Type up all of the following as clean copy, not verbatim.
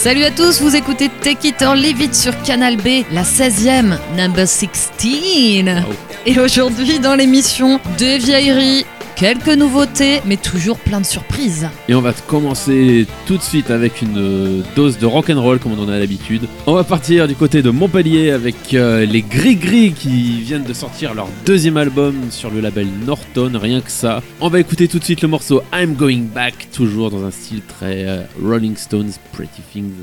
Salut à tous, vous écoutez Take It or Leave It sur Canal B, la 16e, number 16. Et aujourd'hui dans l'émission, des vieilleries, quelques nouveautés, mais toujours plein de surprises. Et on va commencer tout de suite avec une dose de rock'n'roll comme on en a l'habitude. On va partir du côté de Montpellier avec les Gris-Gris qui viennent de sortir leur deuxième album sur le label Norton, rien que ça. On va écouter tout de suite le morceau I'm Going Back, toujours dans un style très Rolling Stones, Pretty Things.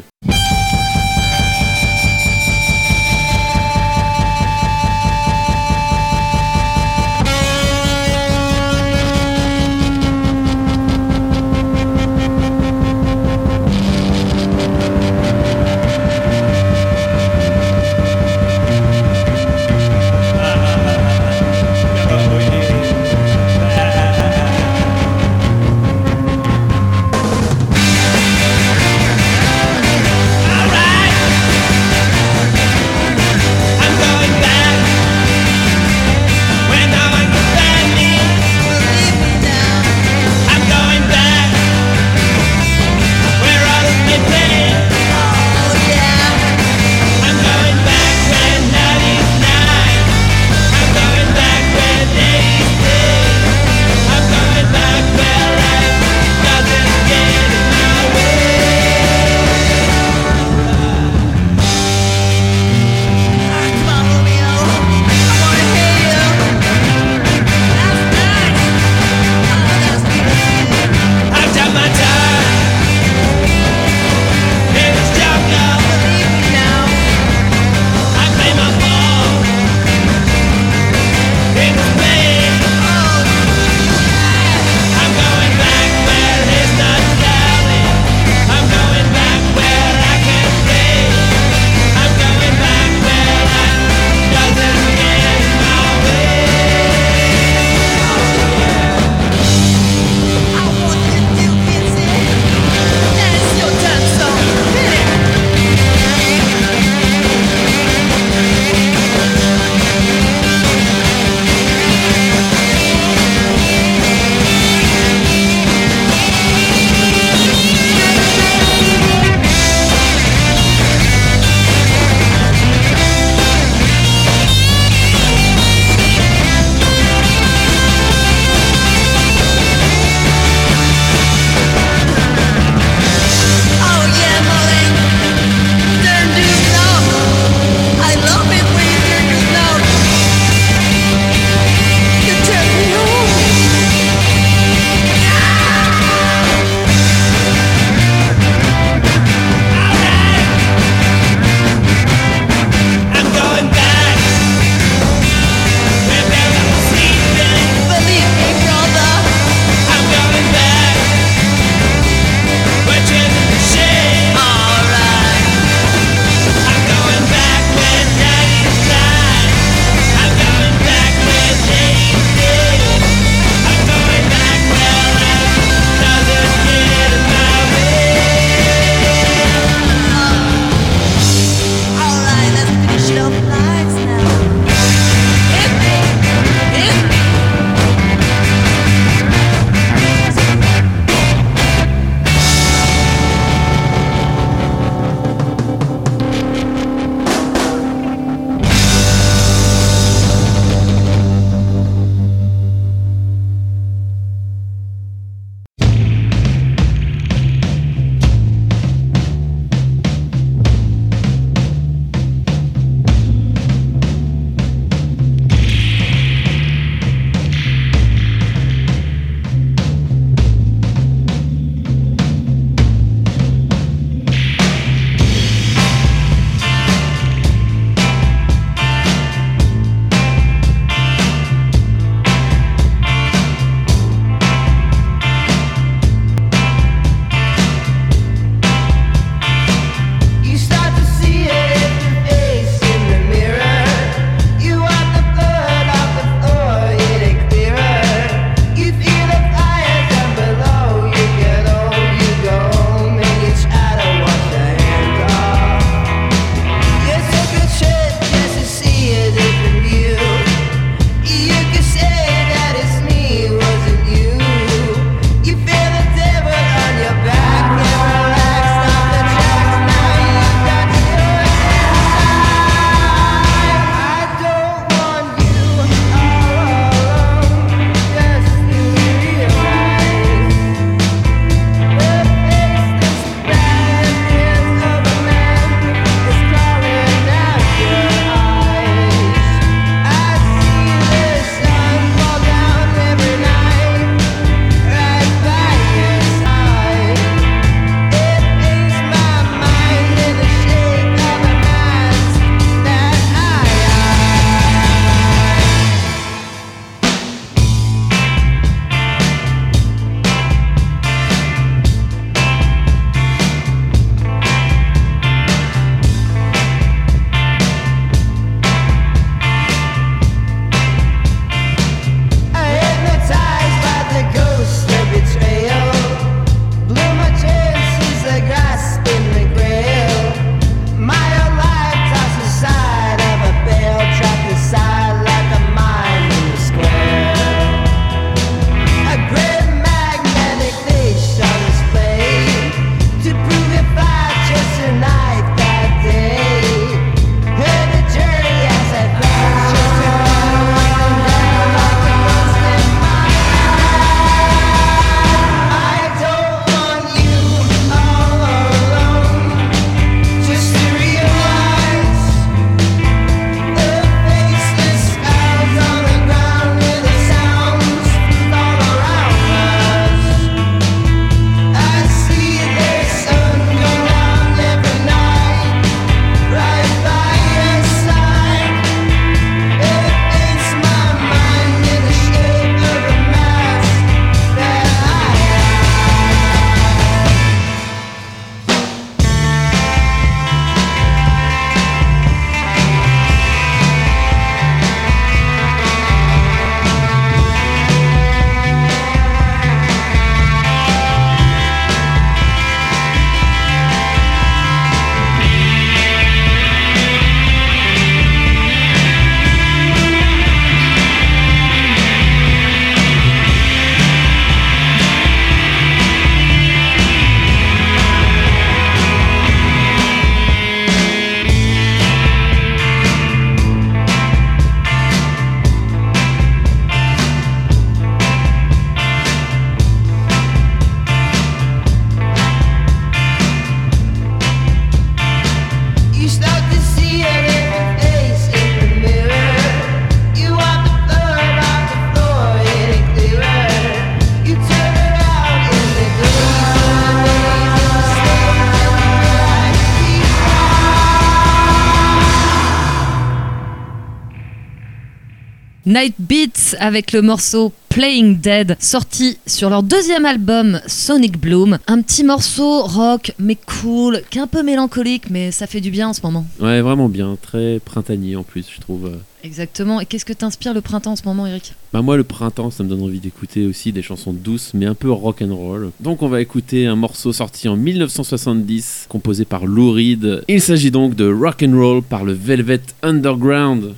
Night Beats avec le morceau Playing Dead, sorti sur leur deuxième album Sonic Bloom. Un petit morceau rock mais cool, qui est un peu mélancolique, mais ça fait du bien en ce moment. Ouais, vraiment bien, très printanier en plus, je trouve. Exactement. Et qu'est-ce que t'inspire le printemps en ce moment, Eric ? Bah moi, le printemps, ça me donne envie d'écouter aussi des chansons douces, mais un peu rock and roll. Donc on va écouter un morceau sorti en 1970, composé par Lou Reed. Il s'agit donc de Rock and Roll par le Velvet Underground.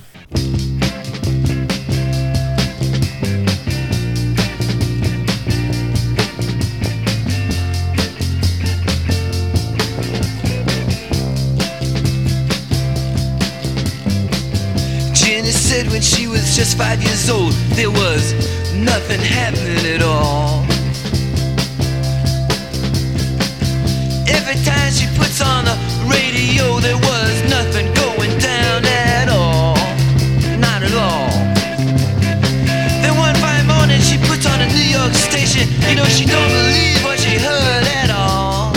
When she was just 5 years old, there was nothing happening at all. Every time she puts on the radio, there was nothing going down at all. Not at all. Then one fine morning she puts on a New York station. You know she don't believe what she heard at all.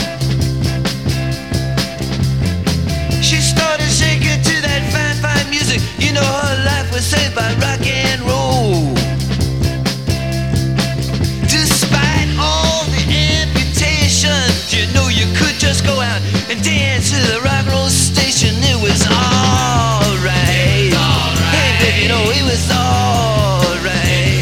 She started shaking to that fine, fine music. You know her life was saved by rock and roll. Despite all the amputations, you know you could just go out and dance to the rock and roll station. It was alright. Hey baby, you know it was alright.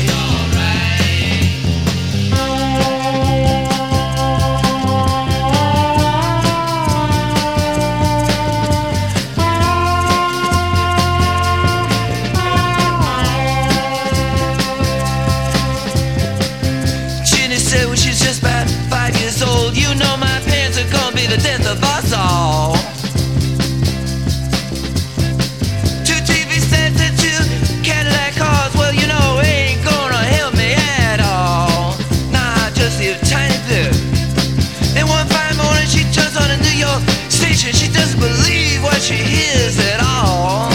The death of us all. 2 TV sets and 2 Cadillac cars. Well, you know, ain't gonna help me at all. Nah, just a tiny bit. Then one fine morning she turns on a New York station. She doesn't believe what she hears at all.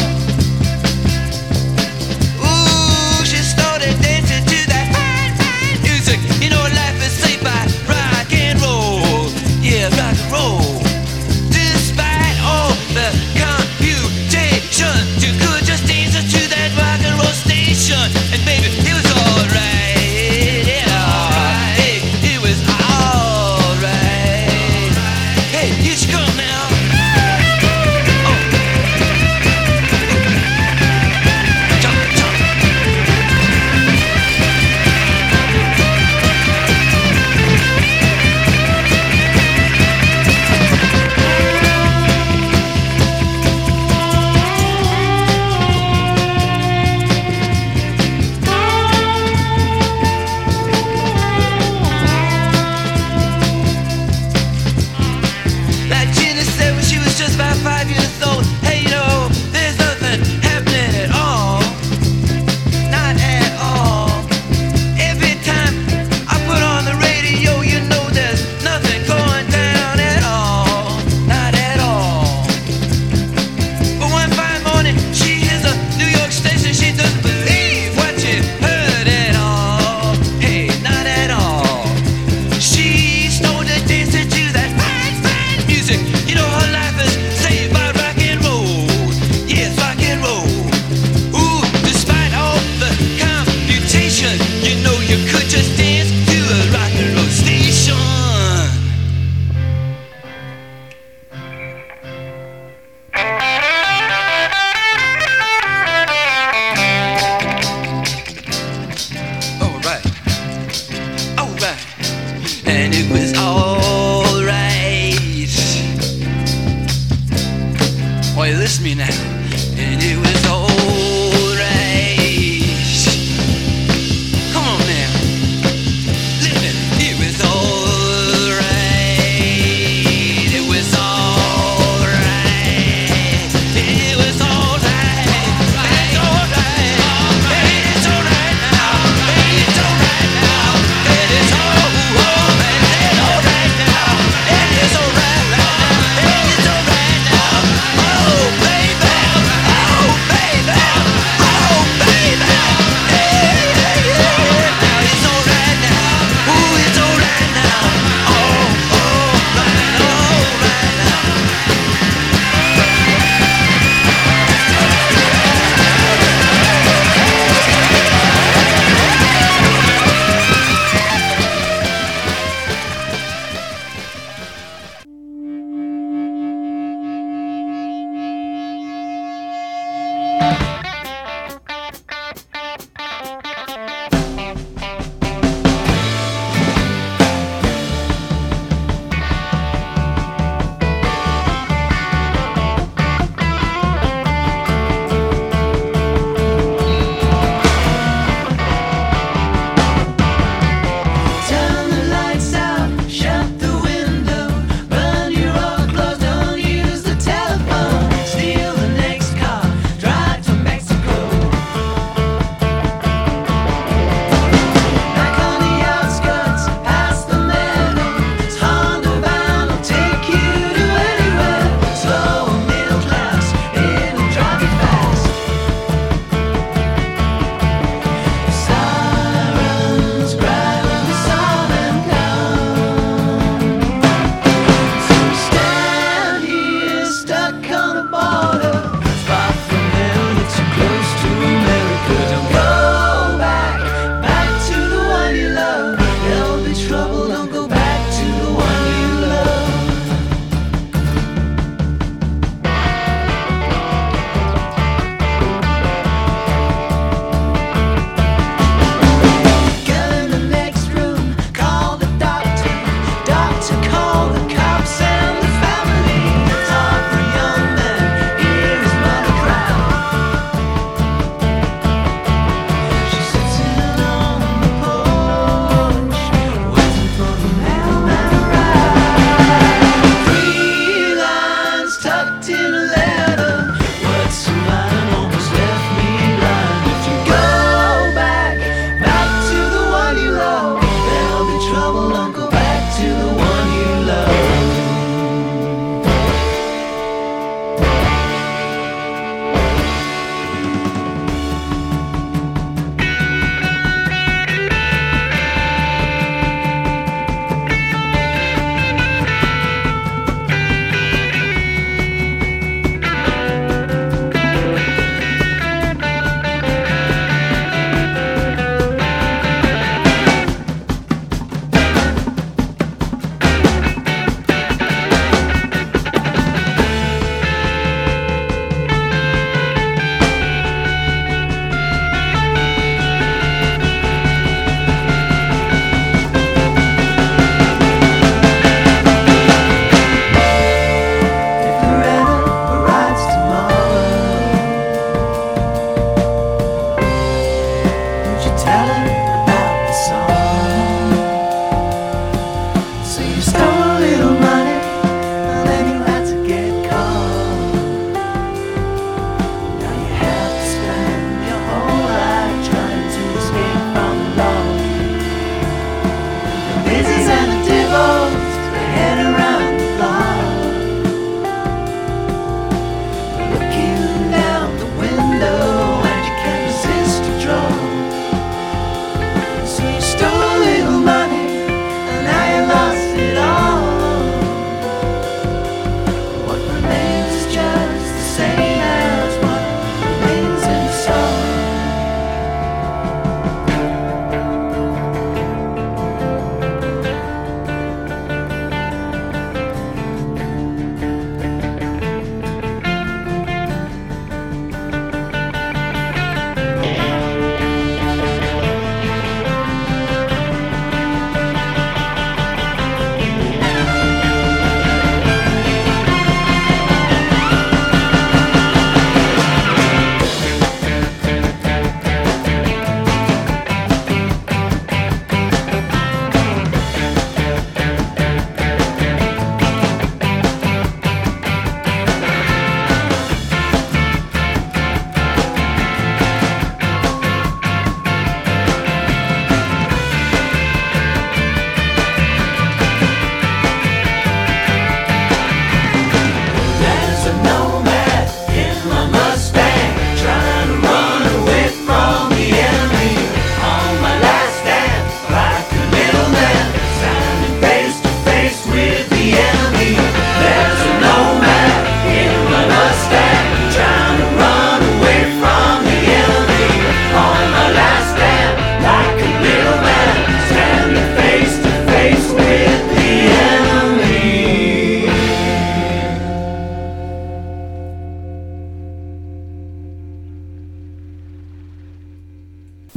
Ooh, she started dancing to that fine, fine music. You know, life is saved by rock and roll. Yeah, rock and roll. Despite all the computation, you could just dance to that rock and roll station. And baby, it was alright. Yeah, hey, it was alright. Hey, here she come now.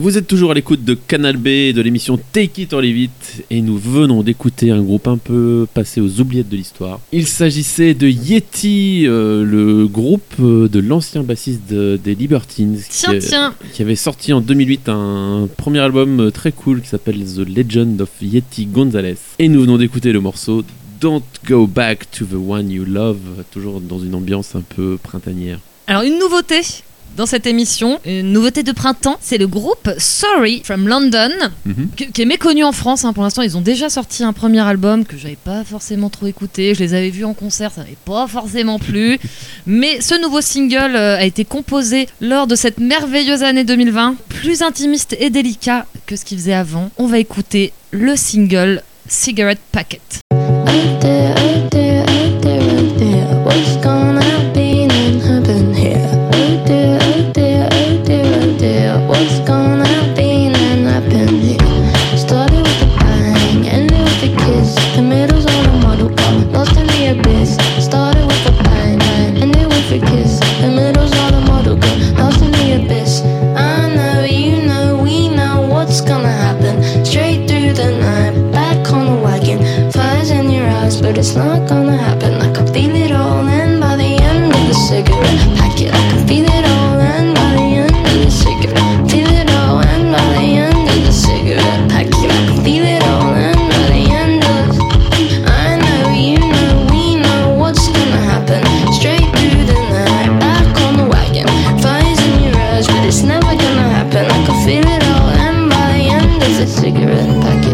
Vous êtes toujours à l'écoute de Canal B et de l'émission Take It or Leave It et nous venons d'écouter un groupe un peu passé aux oubliettes de l'histoire. Il s'agissait de Yeti, le groupe de l'ancien bassiste des Libertines qui avait sorti en 2008 un premier album très cool qui s'appelle The Legend of Yeti Gonzalez. Et nous venons d'écouter le morceau Don't Go Back to the One You Love, toujours dans une ambiance un peu printanière. Alors une nouveauté dans cette émission, une nouveauté de printemps, c'est le groupe Sorry from London, qui est méconnu en France. Pour l'instant, ils ont déjà sorti un premier album que j'avais pas forcément trop écouté. Je les avais vus en concert, ça m'avait pas forcément plu. Mais ce nouveau single a été composé lors de cette merveilleuse année 2020, plus intimiste et délicat que ce qu'ils faisaient avant. On va écouter le single Cigarette Packet. Out there, out there, out there, out there. What's gonna happen and happen here? Out there, out there, out there, out there. What's gonna happen and happen here? Started with a bang, ended with a kiss. The middle's on a model car, lost in the abyss. Started with a bang, bang, ended with a kiss. The middle's on a model car, lost in the abyss. I know, you know, we know what's gonna happen. Straight through the night, back on the wagon. Fires in your eyes, but it's not gonna happen. I can feel it all, and by the end of the cigarette packet, I can feel it all, and by the end of the cigarette, feel it all, and by the end of the cigarette packet, I can feel it all, and by the end of I know, you know, we know what's gonna happen. Straight through the night, back on the wagon. Fires in your eyes, but it's never gonna happen. I can feel it all, and by the end of the cigarette packet.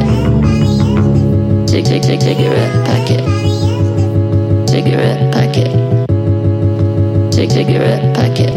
Cigarette packet. Cigarette packet. Cigarette packet.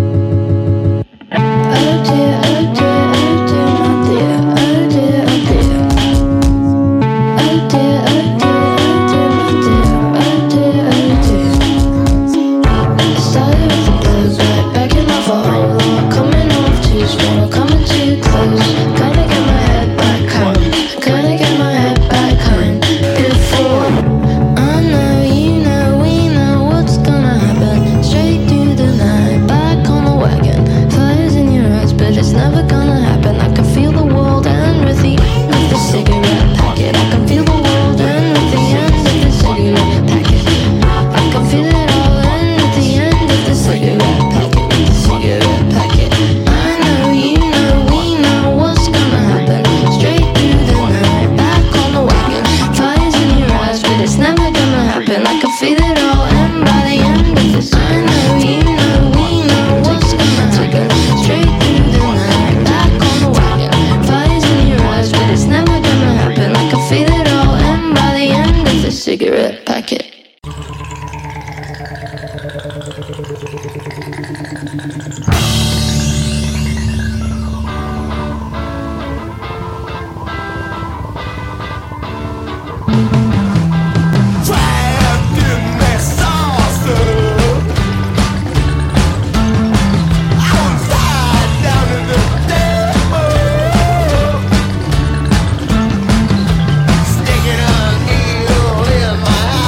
Oh dear, oh dear, oh dear, my dear. Oh dear, oh dear. Oh dear, oh dear, oh dear, my dear. Oh dear, oh dear. Started with the blues, right back in my phone. I'm coming off too strong, I'm coming too close. Gotta get my head back home. Gotta get my head back home. Before I know, you know, we know what's gonna happen. Straight through the night, back on the wagon. Fires in your eyes, but it's never gonna happen. I can feel the world end with the end of the cigarette packet. I can feel the world end with the end of the cigarette packet. I can feel it all end with the end of the cigarette packet. With the cigarette packet. I know, you know, we know what's gonna happen. Straight through the night, back on the wagon. Fires in your eyes, but it's never gonna happen. I can feel it all, and by the end of this, I know, you know, we know what's gonna happen. Straight through the night, back on the wagon. Fires in your eyes, but it's never gonna happen. I can feel it all, and by the end of the cigarette packet. Trapped in their saucer, outside down in the devil, sticking a needle in my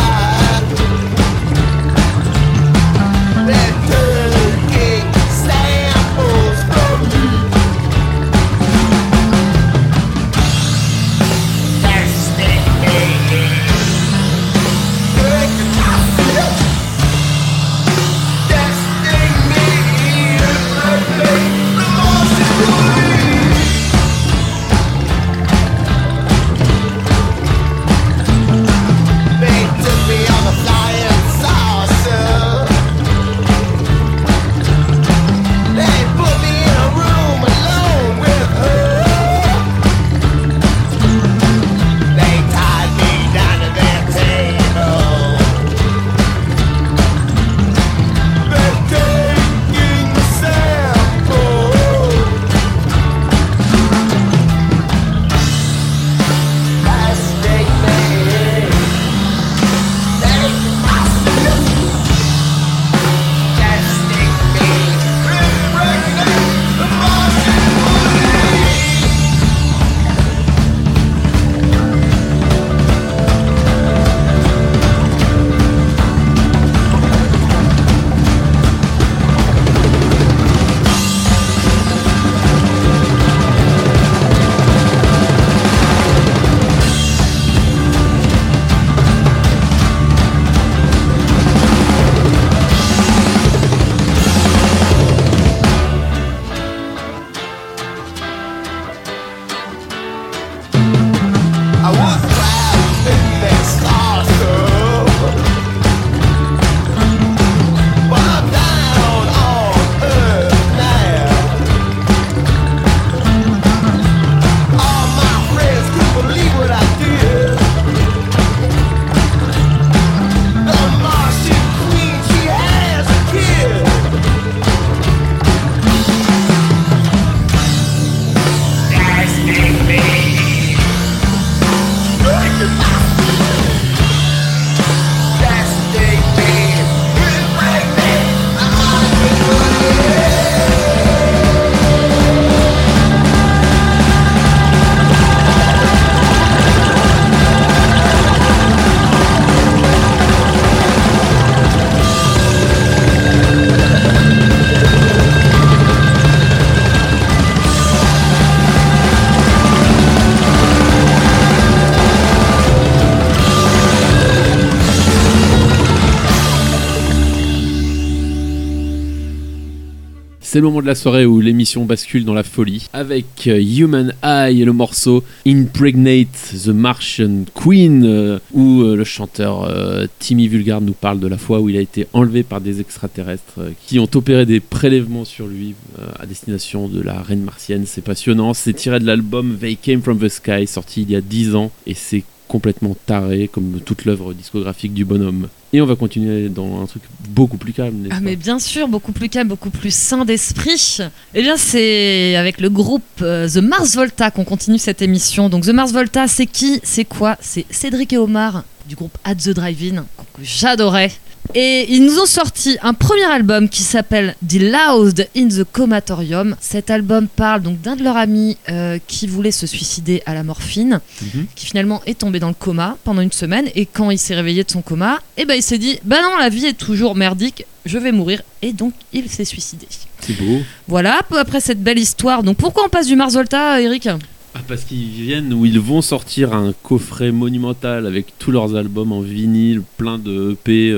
C'est le moment de la soirée où l'émission bascule dans la folie avec Human Eye et le morceau Impregnate the Martian Queen où le chanteur Timmy Vulgar nous parle de la fois où il a été enlevé par des extraterrestres qui ont opéré des prélèvements sur lui à destination de la reine martienne. C'est passionnant, c'est tiré de l'album They Came From The Sky sorti il y a 10 ans et c'est complètement taré comme toute l'œuvre discographique du bonhomme. Et on va continuer dans un truc beaucoup plus calme, n'est-ce pas ? Mais bien sûr, beaucoup plus calme, beaucoup plus sain d'esprit. Et bien c'est avec le groupe The Mars Volta qu'on continue cette émission. Donc The Mars Volta, c'est qui ? C'est quoi ? C'est Cédric et Omar du groupe At The Drive-In, que j'adorais. Et ils nous ont sorti un premier album qui s'appelle The Loud in the Comatorium. Cet album parle donc d'un de leurs amis qui voulait se suicider à la morphine, qui finalement est tombé dans le coma pendant une semaine. Et quand il s'est réveillé de son coma, il s'est dit bah non, la vie est toujours merdique, je vais mourir. Et donc il s'est suicidé. C'est beau. Voilà, peu après cette belle histoire. Donc pourquoi on passe du Mars Volta, Eric ? Parce qu'ils viennent où ils vont sortir un coffret monumental avec tous leurs albums en vinyle, plein de EP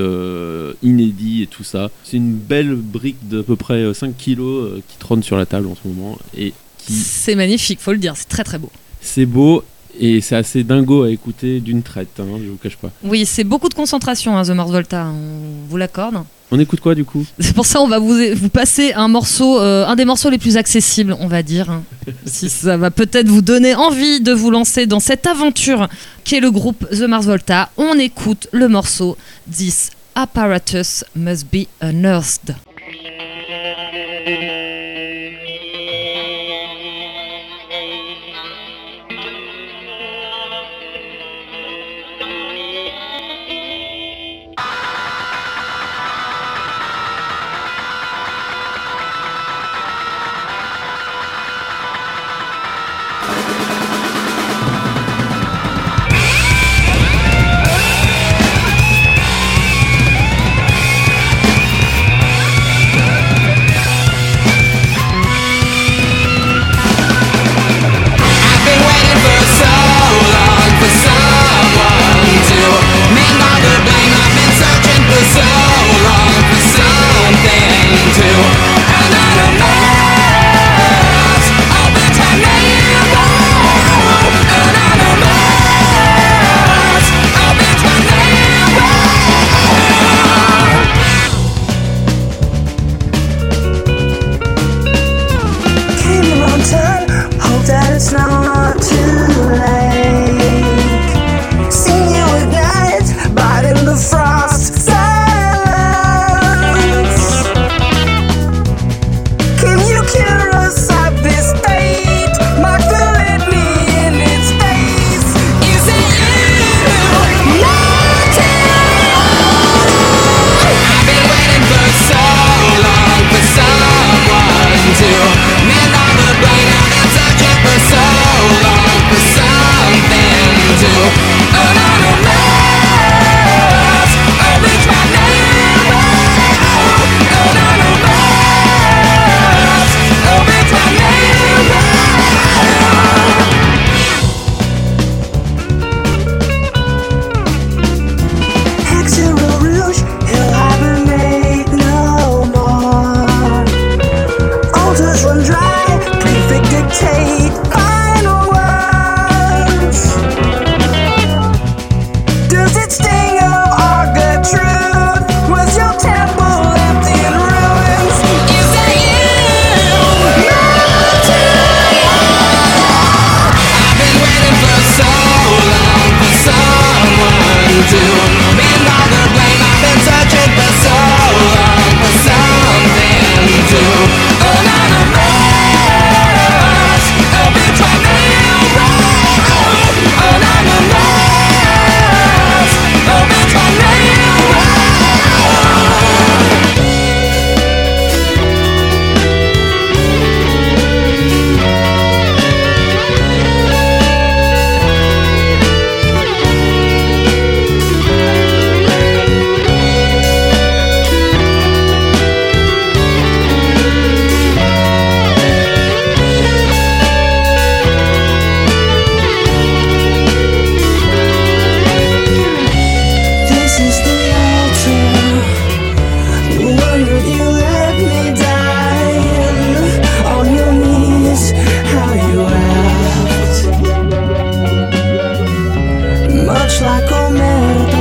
inédits et tout ça. C'est une belle brique d'à peu près 5 kilos qui trône sur la table en ce moment. Et qui... C'est magnifique, faut le dire, c'est très très beau. C'est beau et c'est assez dingo à écouter d'une traite, je vous cache pas. Oui, c'est beaucoup de concentration, The Mars Volta, on vous l'accorde. On écoute quoi du coup ? C'est pour ça on va vous passer un morceau, un des morceaux les plus accessibles, on va dire. Si ça va peut-être vous donner envie de vous lancer dans cette aventure qu'est le groupe The Mars Volta. On écoute le morceau This Apparatus Must Be Unearthed. Thank looks like omerta.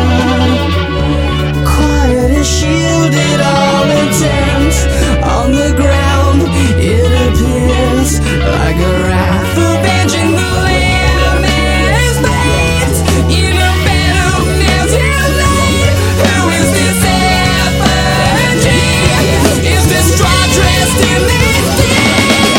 Quiet and shielded, all intent. On the ground, it appears like a wrath avenging the lamb and his veins. In a battle melted light, who is this effigy? Is this straw dressed in this deed?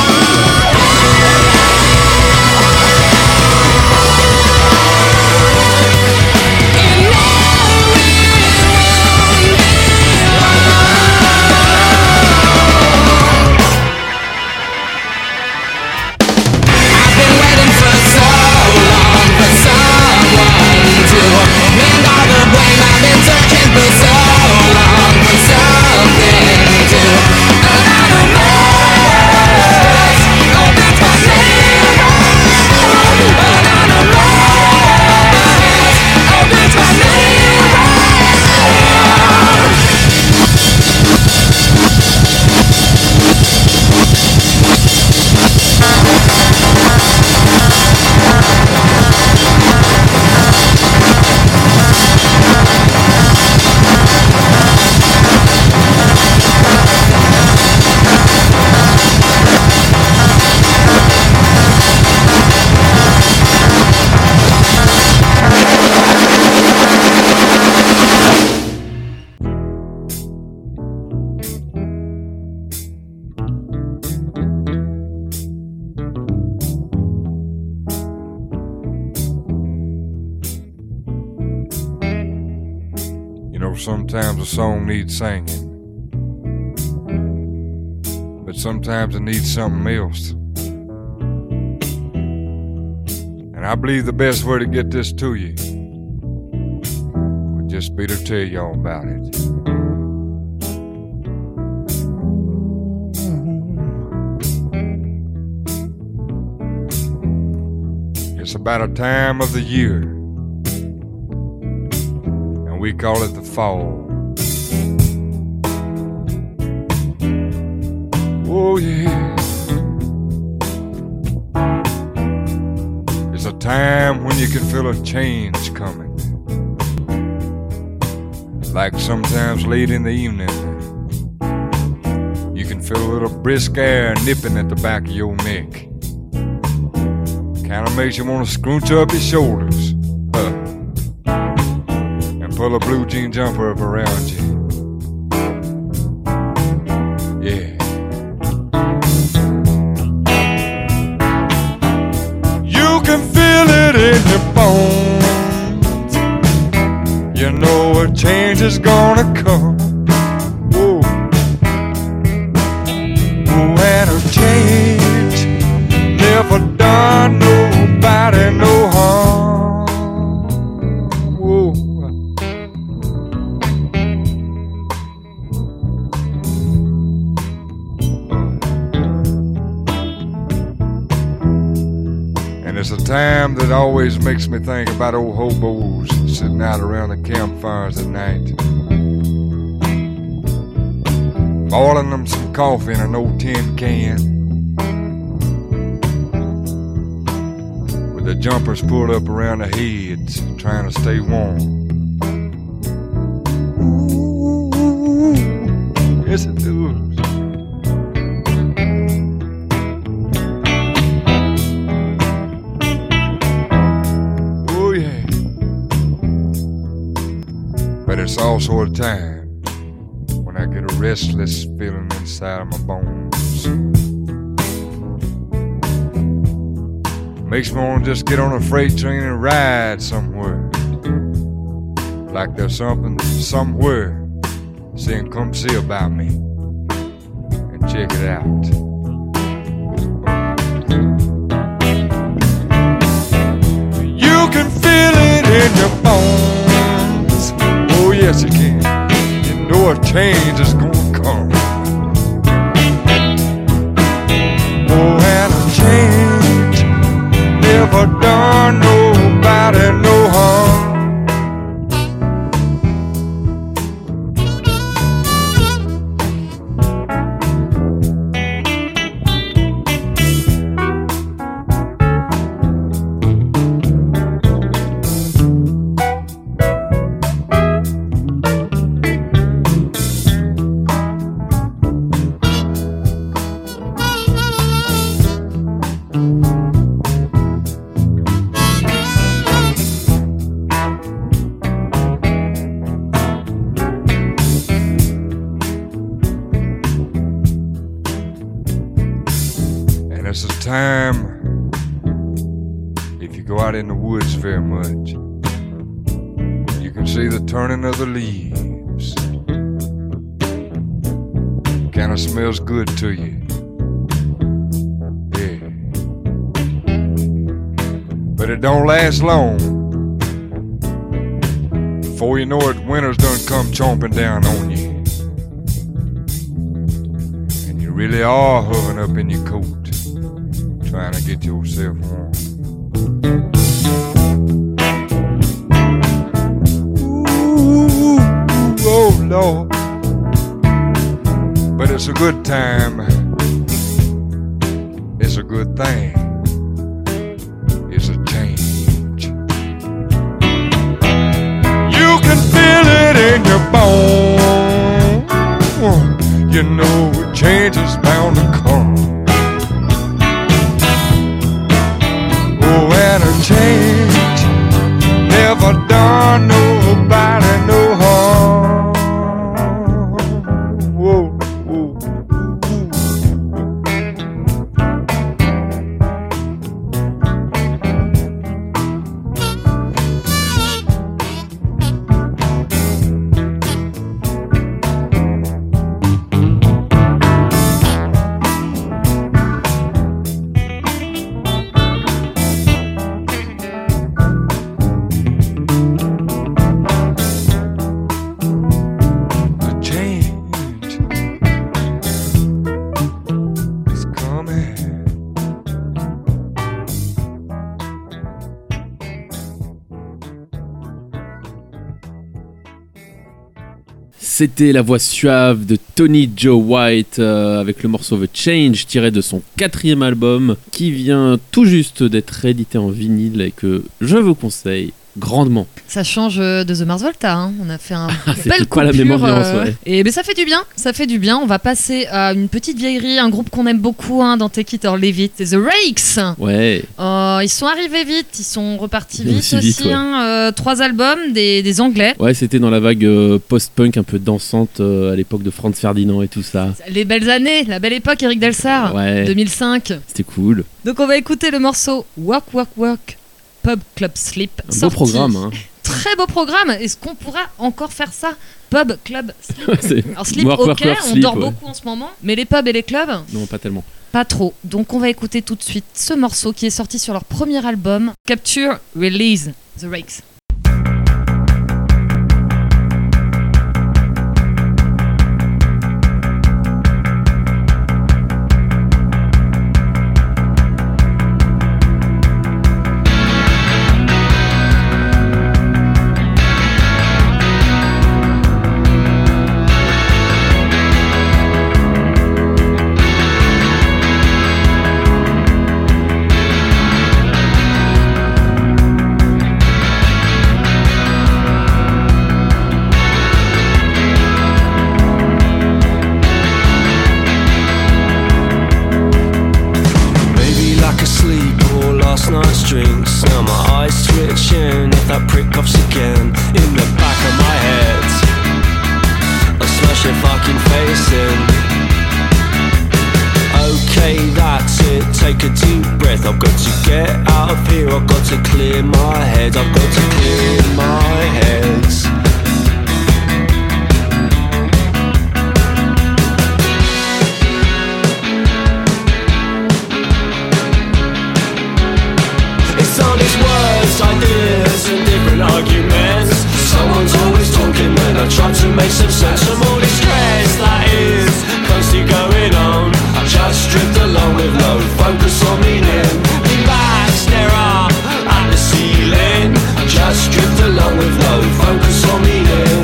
Sometimes a song needs singing, but sometimes it needs something else. And I believe the best way to get this to you would just be to tell y'all about it. It's about a time of the year, we call it the fall. Oh yeah. It's a time when you can feel a change coming. Like sometimes late in the evening, you can feel a little brisk air nipping at the back of your neck. Kinda makes you want to scrunch up your shoulders. Pull a blue jean jumper up around you. Yeah. You can feel it in your bones. You know a change is gonna come. Whoa. And a change never done nobody no harm. It's a time that always makes me think about old hobos sitting out around the campfires at night, boiling them some coffee in an old tin can, with the jumpers pulled up around their heads, trying to stay warm. Ooh, yes it does. But it's also a time when I get a restless feeling inside of my bones. Makes me want to just get on a freight train and ride somewhere. Like there's something somewhere saying come see about me and check it out. You can feel it in your bones. Oh yes you can. You know a change is gonna come. Oh and a change never done nobody no harm. time if you go out in the woods very much. You can see the turning of the leaves. Kinda smells good to you. Yeah. But it don't last long. Before you know it, winter's done come chomping down on you. And you really are hovering up in your coat, trying to get yourself warm. Ooh, oh Lord. But it's a good time. It's a good thing. It's a change. You can feel it in your bones. You know change is bound to come. Oh, and a change never done nobody no harm. Whoa. C'était la voix suave de Tony Joe White avec le morceau The Change tiré de son 4e album qui vient tout juste d'être réédité en vinyle et que je vous conseille grandement. Ça change de The Mars Volta, hein. On a fait un belle pas la même ambiance, ouais. Et ben ça fait du bien. On va passer à une petite vieillerie, un groupe qu'on aime beaucoup hein, dans Take It or Leave It, c'est The Rakes. Ouais. Ils sont arrivés vite, ils sont repartis vite Aussi aussi. vite, ouais. Hein, 3 albums, des Anglais. Ouais, c'était dans la vague post-punk un peu dansante à l'époque de Franz Ferdinand et tout ça. Les belles années, la belle époque Eric Delsart, Ouais. 2005. C'était cool. Donc on va écouter le morceau Walk Walk Walk Pub Club Sleep. Un beau programme, hein. Très beau programme. Est-ce qu'on pourra encore faire ça? Pub Club Sleep. C'est Alors sleep, work, ok, work, work, on sleep, dort ouais. beaucoup en ce moment. Mais les pubs et les clubs, Non, pas tellement. pas trop. Donc on va écouter tout de suite ce morceau qui est sorti sur leur premier album, Capture Release, The Rakes. Drinks, now my eyes twitching if that prick coughs again in the back of my head. I'll smash your fucking face in. Okay, that's it, take a deep breath. I've got to get out of here, I've got to clear my head. I've got to clear my head. Ideas and different arguments. Someone's always talking when I try to make some sense from all the stress that is constantly going on. I just drift along with no focus or meaning. Lean back, stare up at the ceiling. I just drift along with no focus or meaning.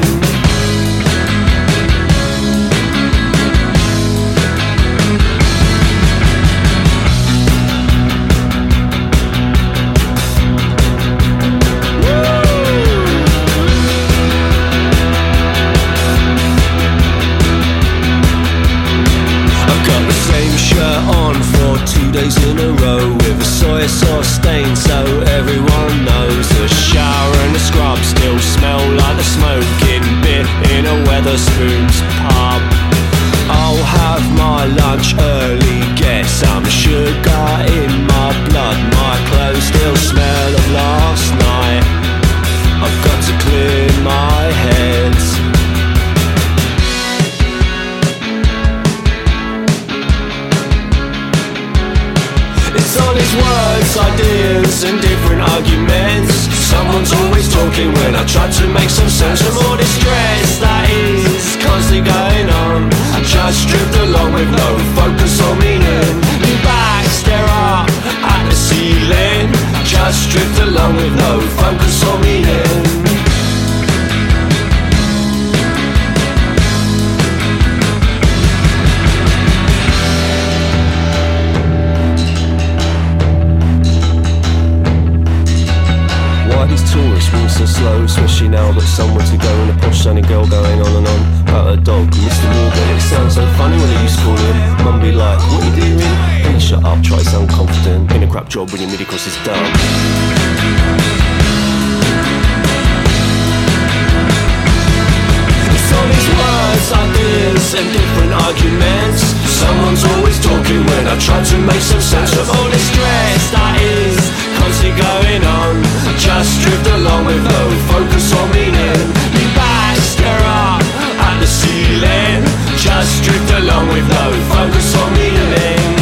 On for 2 days in a row with a soy sauce stain so everyone knows. The shower and the scrub still smell like the smoking bit in a Weatherspoons pub. I'll have my lunch early, get some sugar in my blood. My clothes still smell of last night. I've got to clear my head. It's all these words, ideas and different arguments. Someone's always talking when I try to make some sense from all this stress that is constantly going on. I just drift along with no focus or meaning. Lean back, stare up at the ceiling. Just drift along with no focus or meaning. These tourists move so slow, especially now that someone to go and a posh sunny girl going on and on about her dog, Mr. Morgan. It sounds so funny when they used to call him. Mum be like, what are you doing? Hey, shut up, try to sound confident. In a crap job when your midi cross is done. It's all these words, ideas and different arguments. Someone's always talking when I try to make some sense of all this stress that is constantly going on. Just drift along with no focus or meaning. Lean back, stare up at the ceiling. Just drift along with no focus or meaning.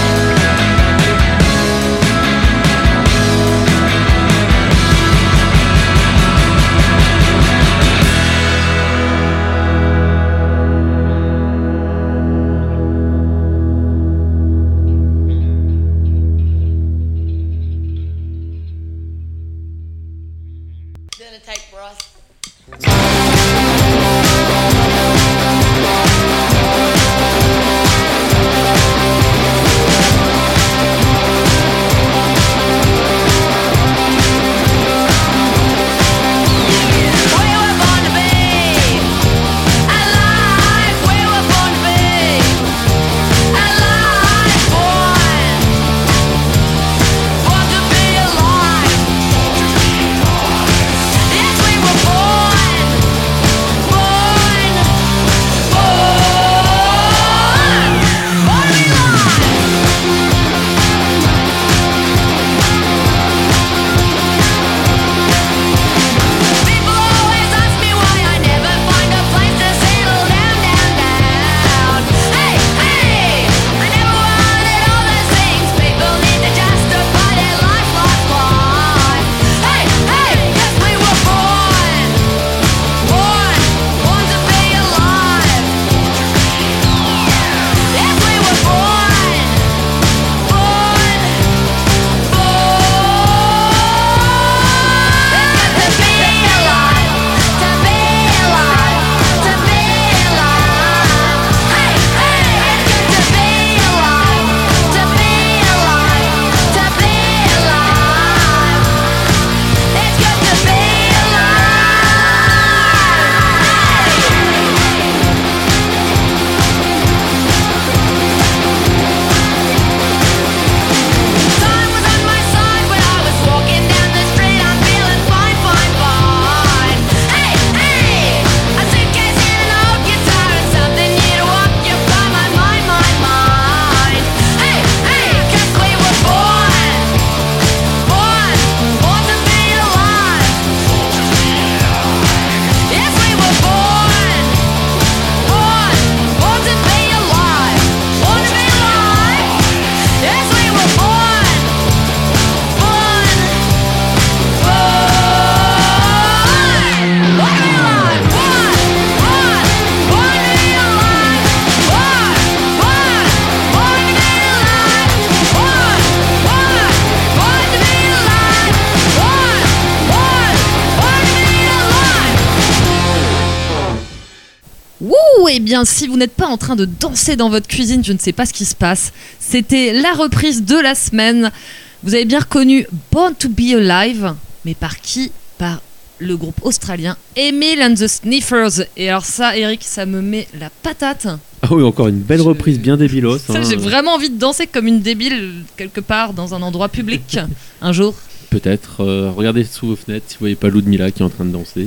Eh bien, si vous n'êtes pas en train de danser dans votre cuisine, je ne sais pas ce qui se passe. C'était la reprise de la semaine. Vous avez bien reconnu Born to be Alive, mais par qui ? Par le groupe australien Emil and the Sniffers. Et alors ça, Eric, ça me met la patate. Ah oui, encore une belle reprise bien débilos. Ça, j'ai vraiment envie de danser comme une débile quelque part dans un endroit public un jour. Peut-être. Regardez sous vos fenêtres si vous voyez pas Ludmilla qui est en train de danser.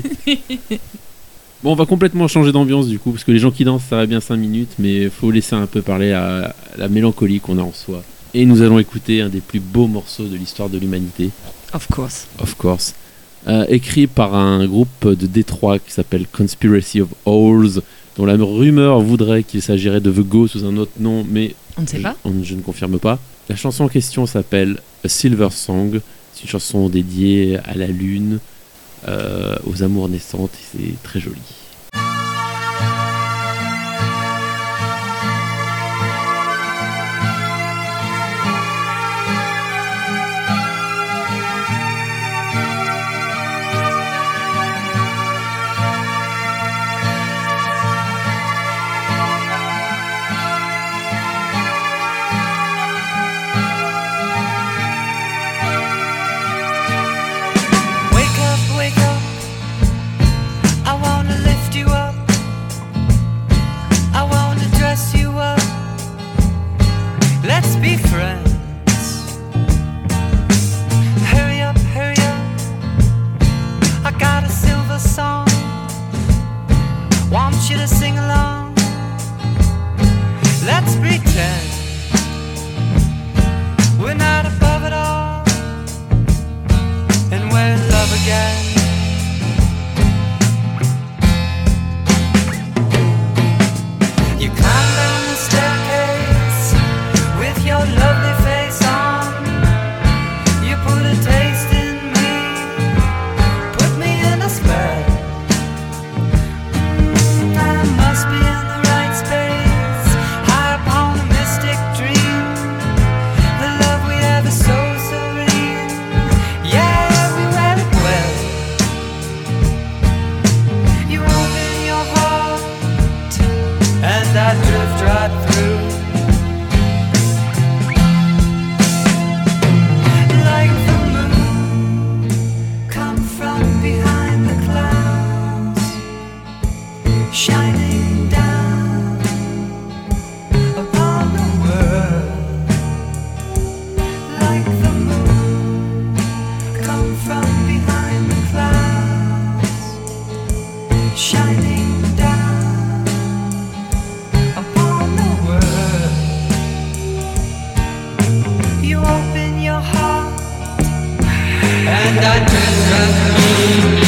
Bon, on va complètement changer d'ambiance du coup, parce que les gens qui dansent, ça va bien 5 minutes, mais il faut laisser un peu parler à la mélancolie qu'on a en soi. Et nous allons écouter un des plus beaux morceaux de l'histoire de l'humanité, Of course. of course, écrit par un groupe de Détroit qui s'appelle Conspiracy of Owls, dont la rumeur voudrait qu'il s'agirait de The Go sous un autre nom, mais On ne sait pas. je ne confirme pas. La chanson en question s'appelle A Silver Song. C'est une chanson dédiée à la lune, aux amours naissantes, et c'est très joli. Wake up, I wanna lift you up. I wanna dress you up. Let's be friends. Hurry up, I got a silver song. Want you to sing along. Let's pretend we're not above it all, and we're in love again. You climb down the staircase with your lovely face on. You put a taste in me, put me in a spell. I must be in the right space, high upon a mystic dream. The love we have is so serene. Yeah, we read it well. You open your heart and I drift right through. Like the moon, come from behind the clouds, shining down upon the world. Like the moon, come from behind the clouds, shining down upon the world. You open your heart and I drift right through.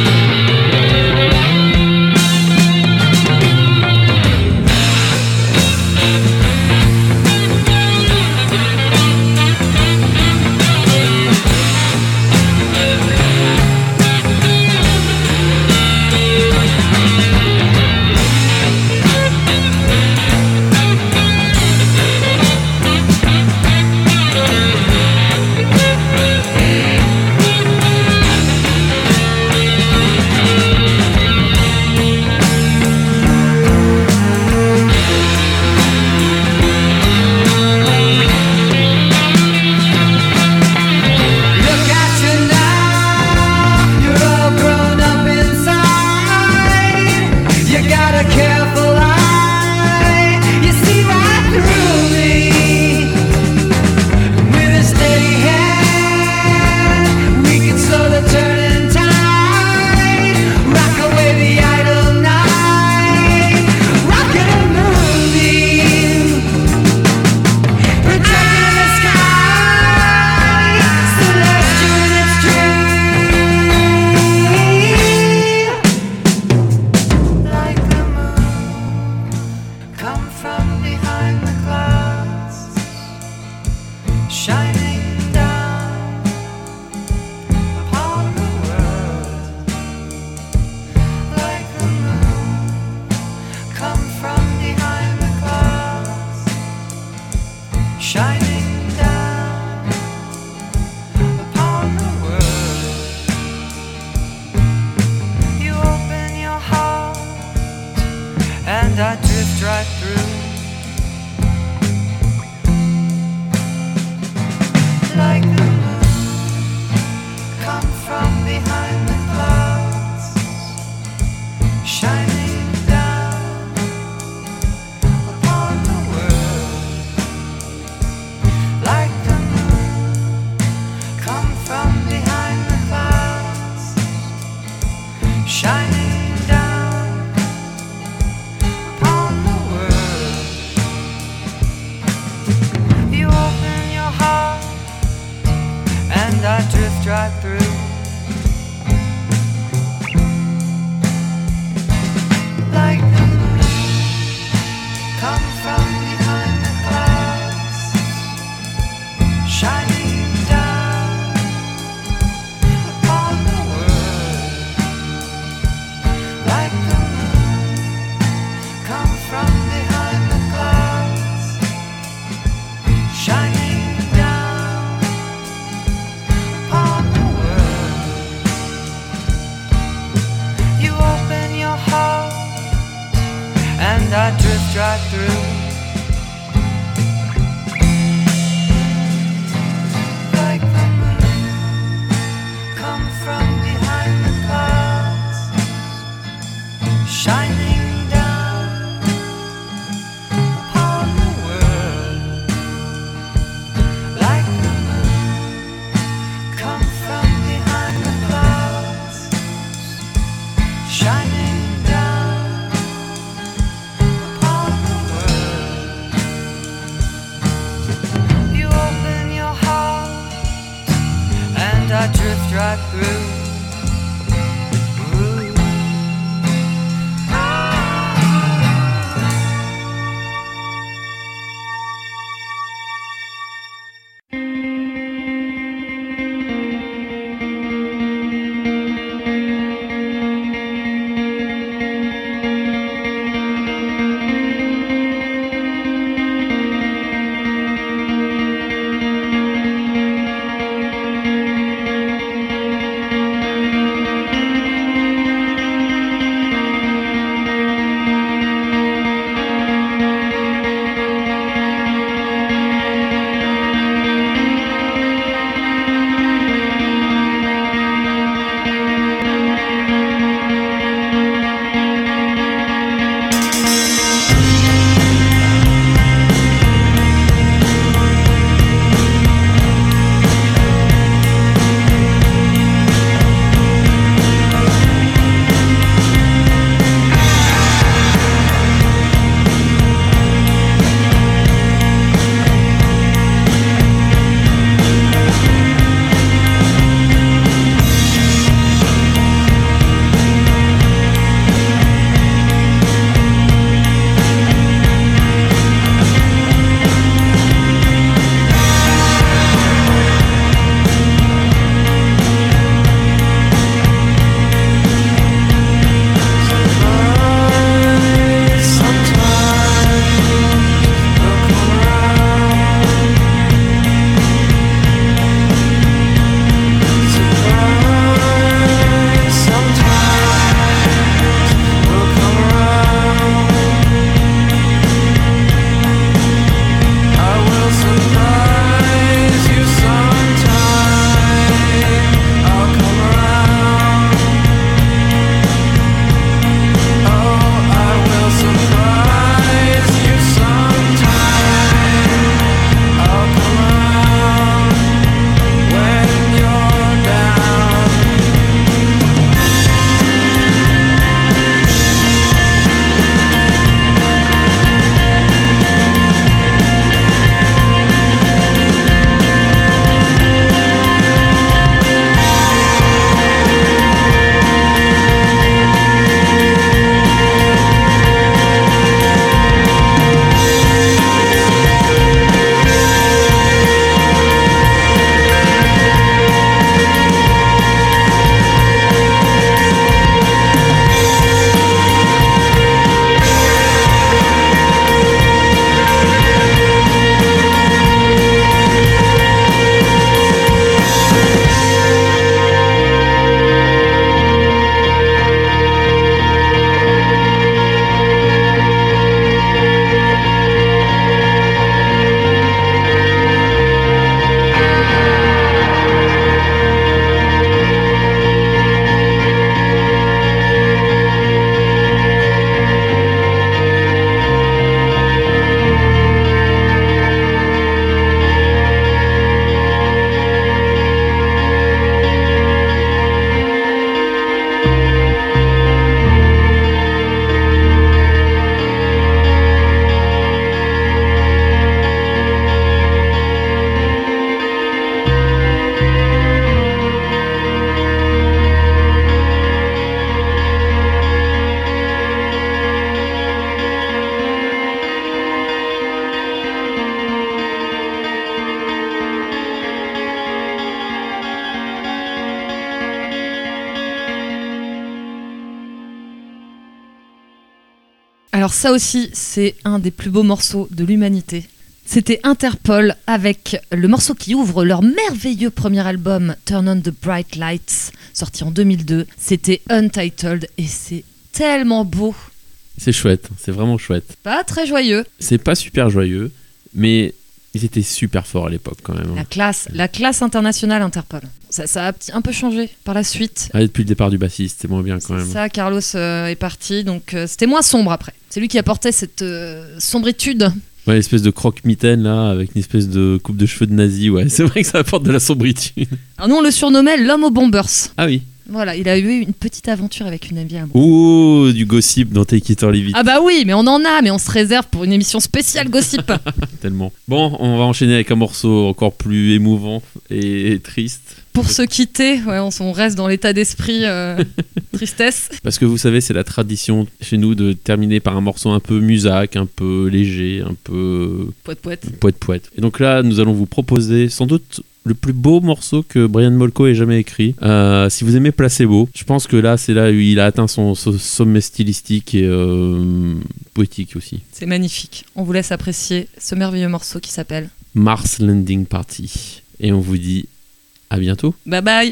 Look at you now, you're all grown up inside. You got a careful eye, you see right through me. With a steady hand, we can slow the turning tide. Rock away the idle night, rocket a moonbeam, protecting the sky, celestial in its dream. Like the moon, come from behind the clouds, shining down upon the world. Like the moon, come from behind the clouds, shining down upon the world. You open your heart and I drift right through. Like the moon, come from behind the clouds, shining down upon the world. Like the moon, come from behind the clouds, shining down upon the world. You open I drift right through. Like the moon, come from behind the clouds, shining down upon the world. Like the moon, come from behind the clouds, shining down upon the world. You open your heart and I drift right through. Ooh. Alors ça aussi, c'est un des plus beaux morceaux de l'humanité. C'était Interpol avec le morceau qui ouvre leur merveilleux premier album Turn on the Bright Lights, sorti en 2002. C'était Untitled et c'est tellement beau. C'est chouette, c'est vraiment chouette. Pas très joyeux. C'est pas super joyeux, mais ils étaient super forts à l'époque quand même. La classe internationale Interpol. Ça a un peu changé par la suite. Ah, depuis le départ du bassiste, c'est moins bien quand C'est même. ça, Carlos est parti, donc c'était moins sombre après. C'est lui qui apportait cette sombritude. Ouais, l'espèce de croque-mitaine là, avec une espèce de coupe de cheveux de nazi, ouais, c'est vrai que ça apporte de la sombritude. Alors nous on le surnommait l'homme aux bombers. Ah oui. Voilà, il a eu une petite aventure avec une amie. Ouh, du gossip dans Take It or Leave It. Ah bah oui, mais on en a, mais on se réserve pour une émission spéciale gossip. Tellement. Bon, on va enchaîner avec un morceau encore plus émouvant et triste. Pour se quitter, ouais, on reste dans l'état d'esprit tristesse. Parce que vous savez, c'est la tradition chez nous de terminer par un morceau un peu musac, un peu léger, un peu... Poète. Et donc là, nous allons vous proposer sans doute le plus beau morceau que Brian Molko ait jamais écrit. Si vous aimez Placebo, je pense que là, c'est là où il a atteint son sommet stylistique et poétique aussi. C'est magnifique. On vous laisse apprécier ce merveilleux morceau qui s'appelle Mars Landing Party. Et on vous dit à bientôt. Bye bye.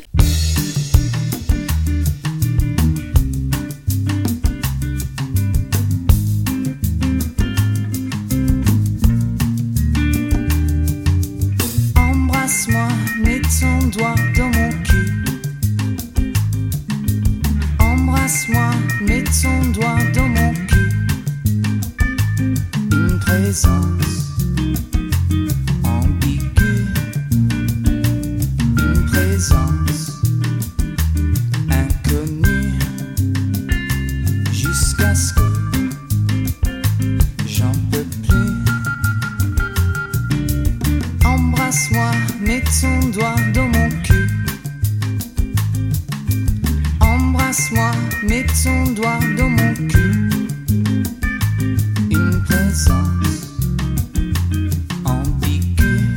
Embrasse-moi, mets ton doigt dans mon cul. Embrasse-moi, mets ton doigt dans mon cul. Une présence ambiguë, une présence inconnue, jusqu'à ce que j'en peux plus. Embrasse-moi, mets ton doigt dans mon cul. Embrasse-moi, mets ton doigt dans mon cul. Une présence ambiguë,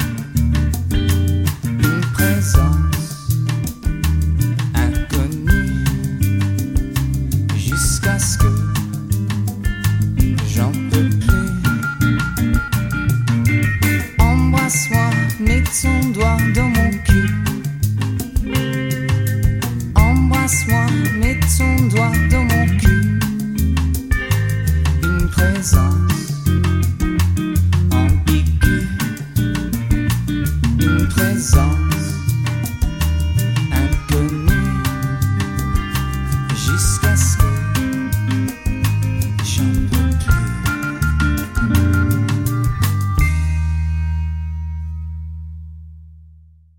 une présence inconnue, jusqu'à ce que j'en peux plus. Embrasse-moi, mets ton doigt dans mon cul. Embrasse-moi, mets ton doigt dans mon cul. Une présence ambiguë, une présence inconnue, jusqu'à ce